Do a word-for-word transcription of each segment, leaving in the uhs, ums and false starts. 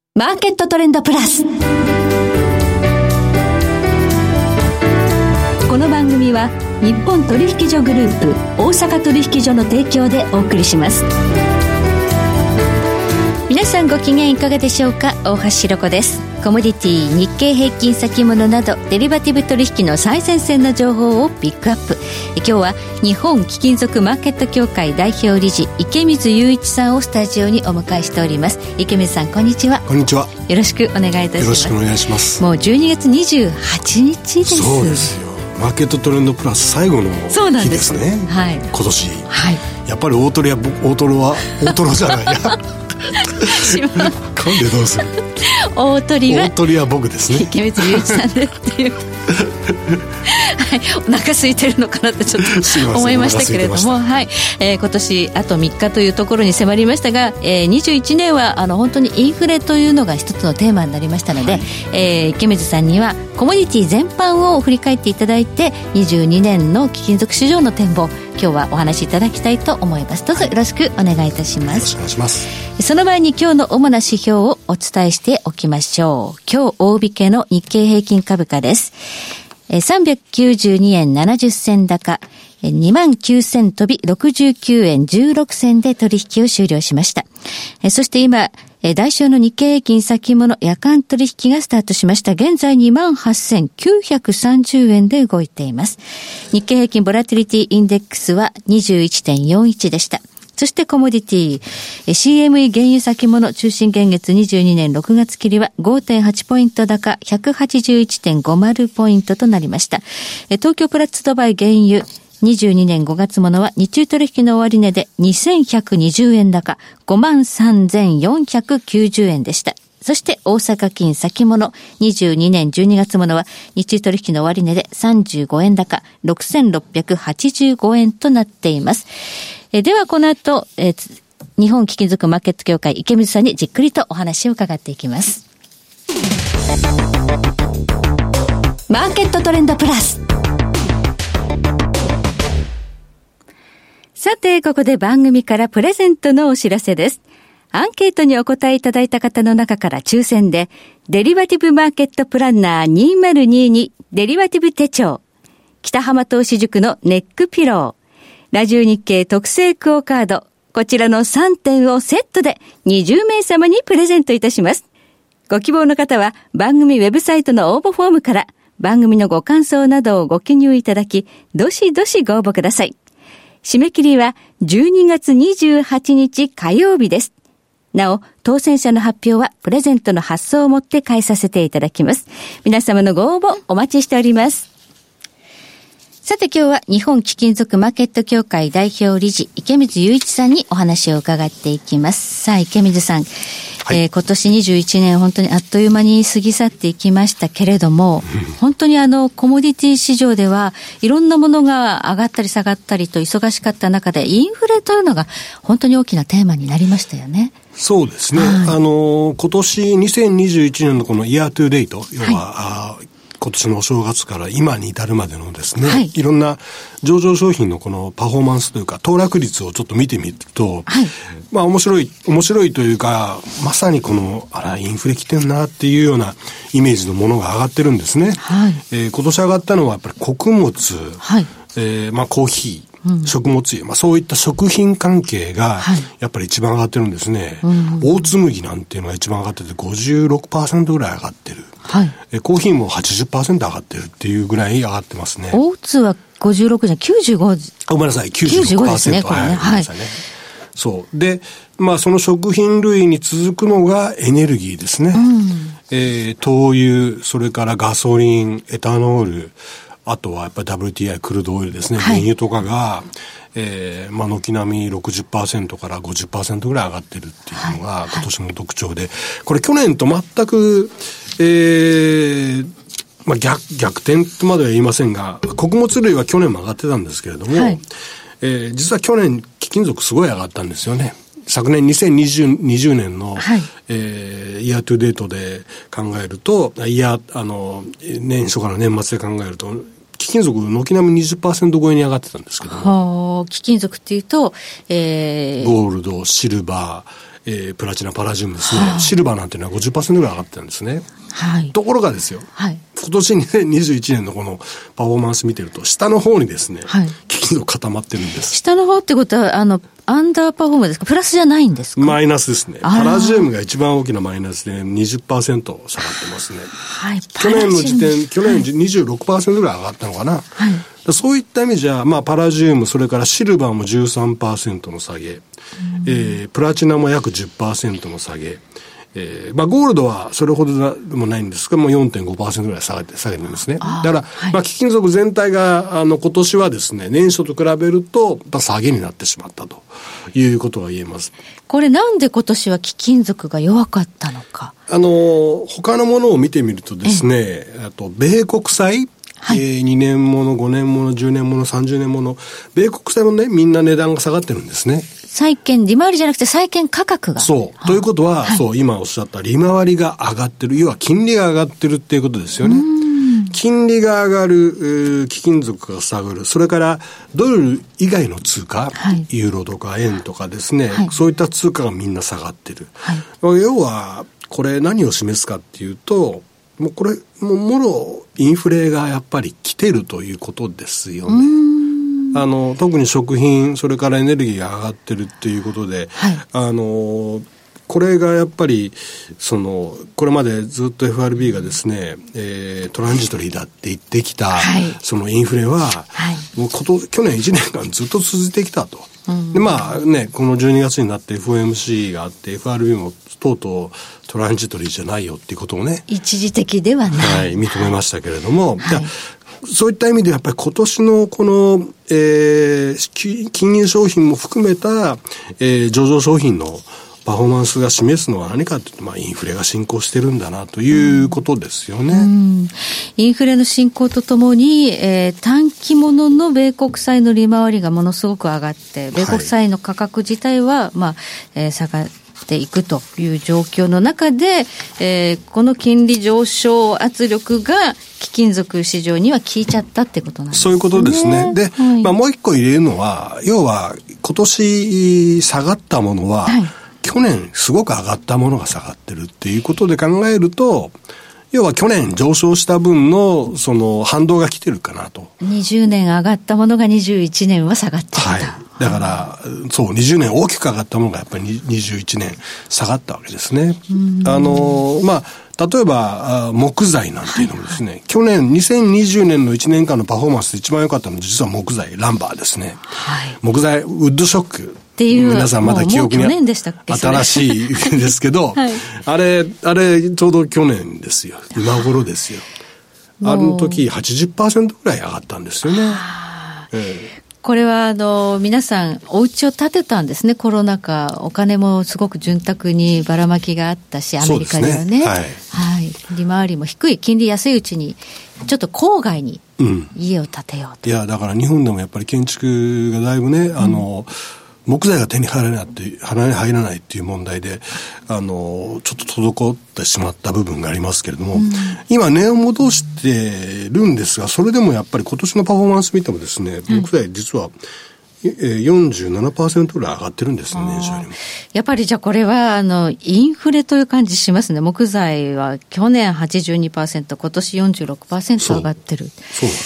マーケットトレンドプラス。この番組は日本取引所グループ大阪取引所の提供でお送りします。皆さんご機嫌いかがでしょうか。大橋ひろ子です。コモディティ、日経平均先物などデリバティブ取引の最前線の情報をピックアップ。今日は日本貴金属マーケット協会代表理事池水雄一さんをスタジオにお迎えしております。池水さん、こんにちは。 こんにちは。 よろしくお願いいたします。 よろしくお願いします。 もうじゅうにがつにじゅうはちにちです。 そうですよ。マーケットトレンドプラス最後の日ですね。 はい、 今年、 はい、 やっぱり大トロや大トロは大トロじゃないや噛んでどうする。 大鳥は大鳥は僕ですね。 池水雄一さんでっていうはい、お腹空いてるのかなってちょっと思いましたけれども、はい、えー、今年あとみっかというところに迫りましたが、えー、にじゅういちねんはあの本当にインフレというのが一つのテーマになりましたので、はい、えー、池水さんにはコモディティ全般を振り返っていただいてにじゅうにねんの貴金属市場の展望、今日はお話しいただきたいと思います。どうぞよろしくお願いいたします。よろしくお願いします。その前に今日の主な指標をお伝えしておきましょう。今日大引けの日経平均株価です。さんびゃくきゅうじゅうにえんななじゅっせん高、にまんきゅうせん飛びろくじゅうきゅうえんじゅうろくせんで取引を終了しました。そして今、代償の日経平均先物夜間取引がスタートしました。現在 にまんはっせんきゅうひゃくさんじゅうえんで動いています。日経平均ボラティリティインデックスは にじゅういってんよんいち でした。そしてコモディティ シーエムイ 原油先物中心現月にじゅうにねんろくがつ切りは ごてんはち ポイント高 ひゃくはちじゅういってんごじゅう ポイントとなりました。東京プラッツドバイ原油にじゅうにねんごがつものは日中取引の終値でにせんひゃくにじゅうえん高 ごまんさんぜんよんひゃくきゅうじゅうえんでした。そして大阪金先物にじゅうにねんじゅうにがつものは日中取引の終値でさんじゅうごえん高 ろくせんろっぴゃくはちじゅうごえんとなっています。えではこの後、えー、日本貴金属マーケット協会池水さんにじっくりとお話を伺っていきます。マーケットトレンドプラス。さて、ここで番組からプレゼントのお知らせです。アンケートにお答えいただいた方の中から抽選で、デリバティブマーケットプランナーにせんにじゅうにデリバティブ手帳、北浜投資塾のネックピロー、ラジオ日経特製クオカード、こちらのさんてんをセットでにじゅうめいさまにプレゼントいたします。ご希望の方は番組ウェブサイトの応募フォームから番組のご感想などをご記入いただき、どしどしご応募ください。締め切りはじゅうにがつにじゅうはちにち火曜日です。なお、当選者の発表はプレゼントの発送をもって返させていただきます。皆様のご応募お待ちしております。さて今日は日本貴金属マーケット協会代表理事池水雄一さんにお話を伺っていきます。さあ池水さん、はい、えー、今年にじゅういちねん本当にあっという間に過ぎ去っていきましたけれども、うん、本当にあのコモディティ市場ではいろんなものが上がったり下がったりと忙しかった中でインフレというのが本当に大きなテーマになりましたよね。 そうですね、はい、あの今年にせんにじゅういちねんのこのイヤートゥーデイト、要は、はい、今年のお正月から今に至るまでのですね、はい、いろんな上場商品のこのパフォーマンスというか騰落率をちょっと見てみると、はい、まあ面白い面白いというか、まさにこのあらインフレ来てんなっていうようなイメージのものが上がってるんですね。はい、えー、今年上がったのはやっぱり穀物、はい、えー、まあコーヒー、うん、食物油、まあ、そういった食品関係がやっぱり一番上がってるんですね。はい、大津麦なんていうのが一番上がってて ごじゅうろくパーセント ぐらい上がってる。はい、えコーヒーも はちじゅっパーセント 上がってるっていうぐらい上がってますね。 大津はごじゅうろくじゃきゅうじゅうご。 ごめんなさい、きゅうじゅうろくパーセント。きゅうじゅうごですね、これね。はい。そうで、まあその食品類に続くのがエネルギーですね。うん、えー、灯油、それからガソリン、エタノール、あとはやっぱり ダブリューティーアイ クルードオイルですね、はい、原油とかが、えー、まあ軒並み ろくじゅっパーセント から ごじゅっパーセント ぐらい上がってるっていうのが今年の特徴で、はいはい、これ去年と全く、えー、まあ逆、逆転とまでは言いませんが、穀物類は去年も上がってたんですけれども、はい、えー、実は去年貴金属すごい上がったんですよね。昨年にせんにじゅうねんの、はい、えー、イヤートゥデートで考えると、いや、あの、年初から年末で考えると、貴金属軒並み にじゅっパーセント 超えに上がってたんですけども。 はあ、貴金属っていうと、えー、 ゴールド、シルバえー、プラチナ、パラジウムですね、はあ、シルバーなんていうのは ごじゅっパーセント ぐらい上がってたんですね。はい、ところがですよ、はい、今年にせんにじゅういちねんのこのパフォーマンス見てると、下の方にですね、はい、貴金属固まってるんです。 下の方ってことは、あの、アンダーパフォームですか？プラスじゃないんですか？ マイナスですね。パラジウムが一番大きなマイナスで にじゅっパーセント 下がってますね。はい、去年の時点、去年 にじゅうろくパーセント ぐらい上がったのかな。はい、そういった意味じゃ、まあ、パラジウム、それからシルバーも じゅうさんパーセント の下げ、うん、えー、プラチナも約 じゅっパーセント の下げ、えー、まあ、ゴールドはそれほどでもないんですが、もう よんてんごパーセント ぐらい下げて、下げてるんですね。だから、はい、まあ、貴金属全体が、あの、今年はですね、年初と比べると、まあ、下げになってしまったということは言えます。これなんで今年は貴金属が弱かったのか。 あの、他のものを見てみるとですね、あと、米国債、はい、えー、にねんもの、ごねんもの、じゅうねんもの、さんじゅうねんもの、米国債もね、みんな値段が下がってるんですね。 債券、利回りじゃなくて債券価格が。 そう。ということは、はい、そう、今おっしゃった利回りが上がってる。要は金利が上がってるっていうことですよね。金利が上がる、貴金属が下がる。それから、ドル以外の通貨、はい、ユーロとか円とかですね、はい、そういった通貨がみんな下がってる。はい、要は、これ何を示すかっていうと、もうこれ、もうもろインフレがやっぱり来てるということですよね。あの、特に食品、それからエネルギーが上がってるっていうことで、はい、あの、これがやっぱり、その、これまでずっと エフアールビー がですね、えー、トランジトリーだって言ってきた、はい、そのインフレは、はい、もうこと、去年いちねんかんずっと続いてきたと。うん、で、まあね、このじゅうにがつになって エフオーエムシー があって、エフアールビー もとうとうトランジトリーじゃないよっていうことをね。 一時的ではない。 はい、認めましたけれども、はい、そういった意味でやっぱり今年のこの、えー、金融商品も含めた、えー、上場商品のパフォーマンスが示すのは何かというと、まあ、インフレが進行してるんだなということですよね。うん、 インフレの進行とともに、えー、短期物の米国債の利回りがものすごく上がって、米国債の価格自体は、はい、まあえー、下がっていくという状況の中で、えー、この金利上昇圧力が貴金属市場には効いちゃったってことなんですね。 そういうことですね。で、はい、まあ、もう一個入れるのは、要は今年下がったものは、はい、去年すごく上がったものが下がってるっていうことで考えると、要は去年上昇した分のその反動が来てるかなと。 にじゅうねん上がったものがにじゅういちねんは下がってる。はい。 だから、そう、にじゅうねん大きく上がったものがやっぱりにじゅういちねん下がったわけですね。あの、まあ、例えば、木材なんていうのもですね、はいはい、去年にせんにじゅうねんのいちねんかんのパフォーマンスで一番良かったのは実は木材、ランバーですね。はい。木材、ウッドショック。っていう皆さんまだ記憶に新しいですけど、はい、あれ、あれちょうど去年ですよ。今頃ですよ。あの時 はちじゅっパーセント ぐらい上がったんですよね。 えーこれはあの皆さんお家を建てたんですね。コロナ禍お金もすごく潤沢にばらまきがあったし、アメリカではね、はい、はい、利回りも低い、金利安いうちにちょっと郊外に家を建てようと、 うん、いやだから日本でもやっぱり建築がだいぶね、あの、うん、木材が手に入らないって入らないっていう問題で、あのちょっと滞ってしまった部分がありますけれども、うん、今値を戻してるんですが、それでもやっぱり今年のパフォーマンス見てもですね、うん、木材実はよんじゅうななパーセント ぐらい上がってるんですね、年初よりも。 やっぱりじゃあこれはあのインフレという感じしますね。木材は去年 はちじゅうにパーセント、今年 よんじゅうろくパーセント 上がってる。 そう、そうなんです。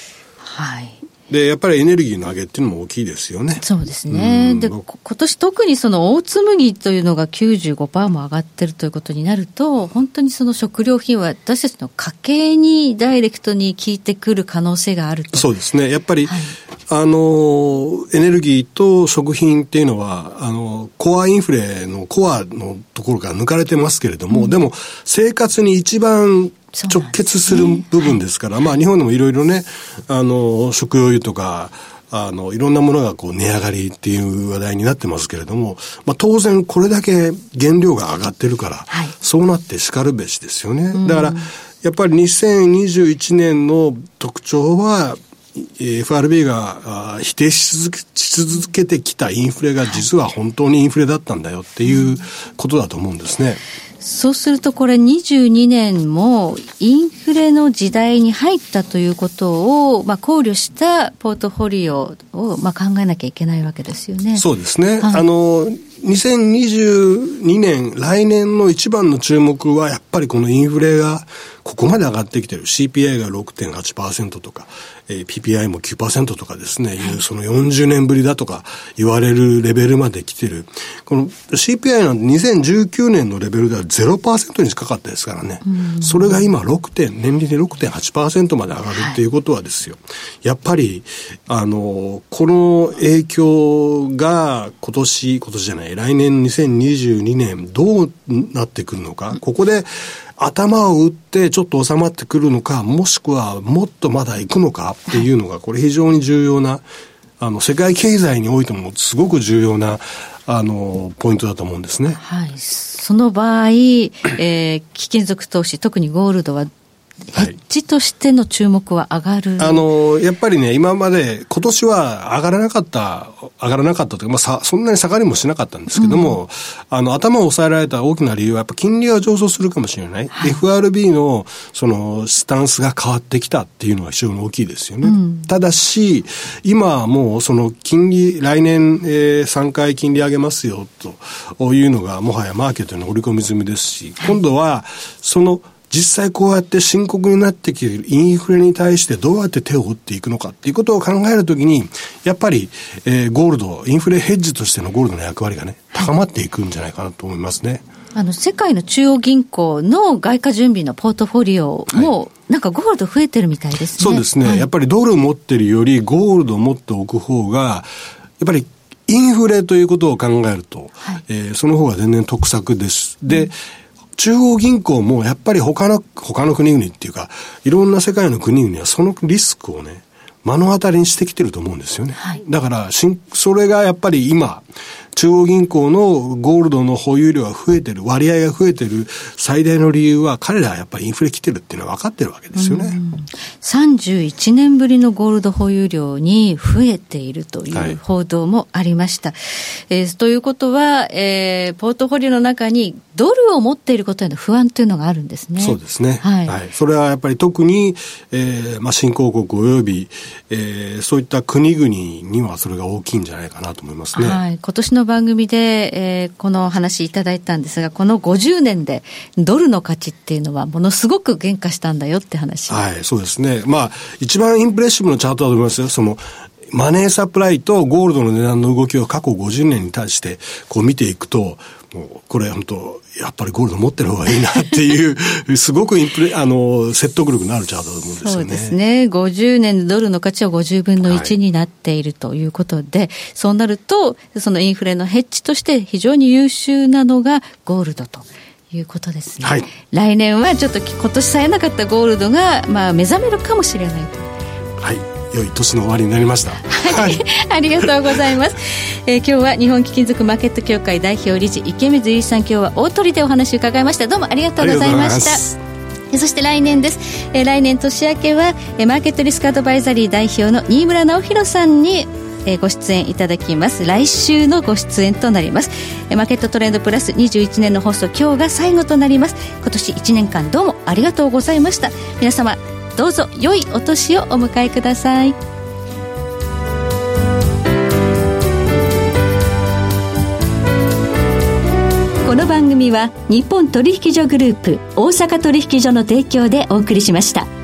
はい。 で、やっぱりエネルギーの上げっていうのも大きいですよね。 そうですね。で、今年特にその大紬というのが きゅうじゅうごパーセント も上がってるということになると、本当にその食料品は私たちの家計にダイレクトに効いてくる可能性があると。 そうですね。やっぱり、はい、あの、エネルギーと食品っていうのは、あの、コアインフレのコアのところから抜かれてますけれども、うん、でも生活に一番直結する部分ですから、ね、はい、まあ日本でもいろいろね、あの、食用油とか、あの、いろんなものがこう値上がりっていう話題になってますけれども、まあ当然これだけ原料が上がってるから、はい、そうなってしかるべしですよね。だから、やっぱりにせんにじゅういちねんの特徴は、エフアールビー が否定し続け、し続けてきたインフレが実は本当にインフレだったんだよっていうことだと思うんですね。 そうするとこれにじゅうにねんもインフレの時代に入ったということを、まあ、考慮したポートフォリオを、まあ、考えなきゃいけないわけですよね。 そうですね。はい、あのにせんにじゅうにねん、来年の一番の注目はやっぱりこのインフレがここまで上がってきてる。シーピーアイ が ろくてんはちパーセント とか、えー、ピーピーアイ も きゅうパーセント とかですね、いうそのよんじゅうねんぶりだとか言われるレベルまで来てる。この シーピーアイ なんてにせんじゅうきゅうねんのレベルでは ゼロパーセント に近かったですからね。それが今ろくてん、年利で ろくてんはちパーセント まで上がるっていうことはですよ。やっぱり、あの、この影響が今年、今年じゃない、来年にせんにじゅうにねんどうなってくるのか、ここで頭を打ってちょっと収まってくるのか、もしくはもっとまだ行くのかっていうのが、これ非常に重要な、あの、世界経済においてもすごく重要な、あの、ポイントだと思うんですね。 はい。その場合、えー、貴金属投資、特にゴールドは、ヘッジとしての注目は上がる、 はい、あのやっぱりね、今まで今年は上がらなかった上がらなかったというか、まあ、さそんなに下がりもしなかったんですけども、うん、あの頭を抑えられた大きな理由はやっぱ金利が上昇するかもしれない、はい、エフアールビー のそのスタンスが変わってきたっていうのが非常に大きいですよね、うん、ただし今はもうその金利来年、えー、さんかい金利上げますよというのがもはやマーケットに織り込み済みですし、今度はその実際こうやって深刻になってきているインフレに対してどうやって手を打っていくのかっていうことを考えるときに、やっぱり、えー、ゴールド、インフレヘッジとしてのゴールドの役割がね、高まっていくんじゃないかなと思いますね。 あの、世界の中央銀行の外貨準備のポートフォリオも、はい、なんかゴールド増えてるみたいですね。 そうですね。はい、やっぱりドル持ってるよりゴールドを持っておく方が、やっぱりインフレということを考えると、はい、えー、その方が全然得策です。で、うん、中央銀行もやっぱり他の、他の国々っていうか、いろんな世界の国々はそのリスクをね、目の当たりにしてきてると思うんですよね。はい、だから、それがやっぱり今、中央銀行のゴールドの保有量が増えてる、割合が増えてる最大の理由は、彼らはやっぱりインフレ来てるっていうのは分かってるわけですよね。 さんじゅういちねんぶりのゴールド保有量に増えているという報道もありました。はい、えー、ということは、えー、ポートフォリオの中にドルを持っていることへの不安というのがあるんですね。 そうですね。はい。はい、それはやっぱり特に、えー、まあ、新興国及び、えー、そういった国々にはそれが大きいんじゃないかなと思いますね。 はい。今年の番組で、えー、この話いただいたんですが、このごじゅうねんでドルの価値っていうのはものすごく減価したんだよって話。 はい、そうですね。まあ、一番インプレッシブなチャートだと思いますよ。その、マネーサプライとゴールドの値段の動きを過去ごじゅうねんに対してこう見ていくと、もうこれ本当やっぱりゴールド持ってる方がいいなっていうすごくインプレあの説得力のあるチャートだと思うんですよね。 そうですね。ごじゅうねんでドルの価値はごじゅうぶんのいちになっているということで、はい、そうなるとそのインフレのヘッジとして非常に優秀なのがゴールドということですね。はい、来年はちょっと今年さえなかったゴールドがまあ目覚めるかもしれない。 はい。良い年の終わりになりました。 はい、ありがとうございます。えー、今日は日本貴金属マーケット協会代表理事池水雄一さん、今日は大鳥でお話を伺いました。どうもありがとうございました。そして来年です。えー、来年年明けは、えー、マーケットリスクアドバイザリー代表の新村直弘さんに、えー、ご出演いただきます。来週のご出演となります。えー、マーケットトレンドプラスにじゅういちねんの放送、今日が最後となります。今年いちねんかんどうもありがとうございました。皆様どうぞ良いお年をお迎えください。この番組は日本取引所グループ大阪取引所の提供でお送りしました。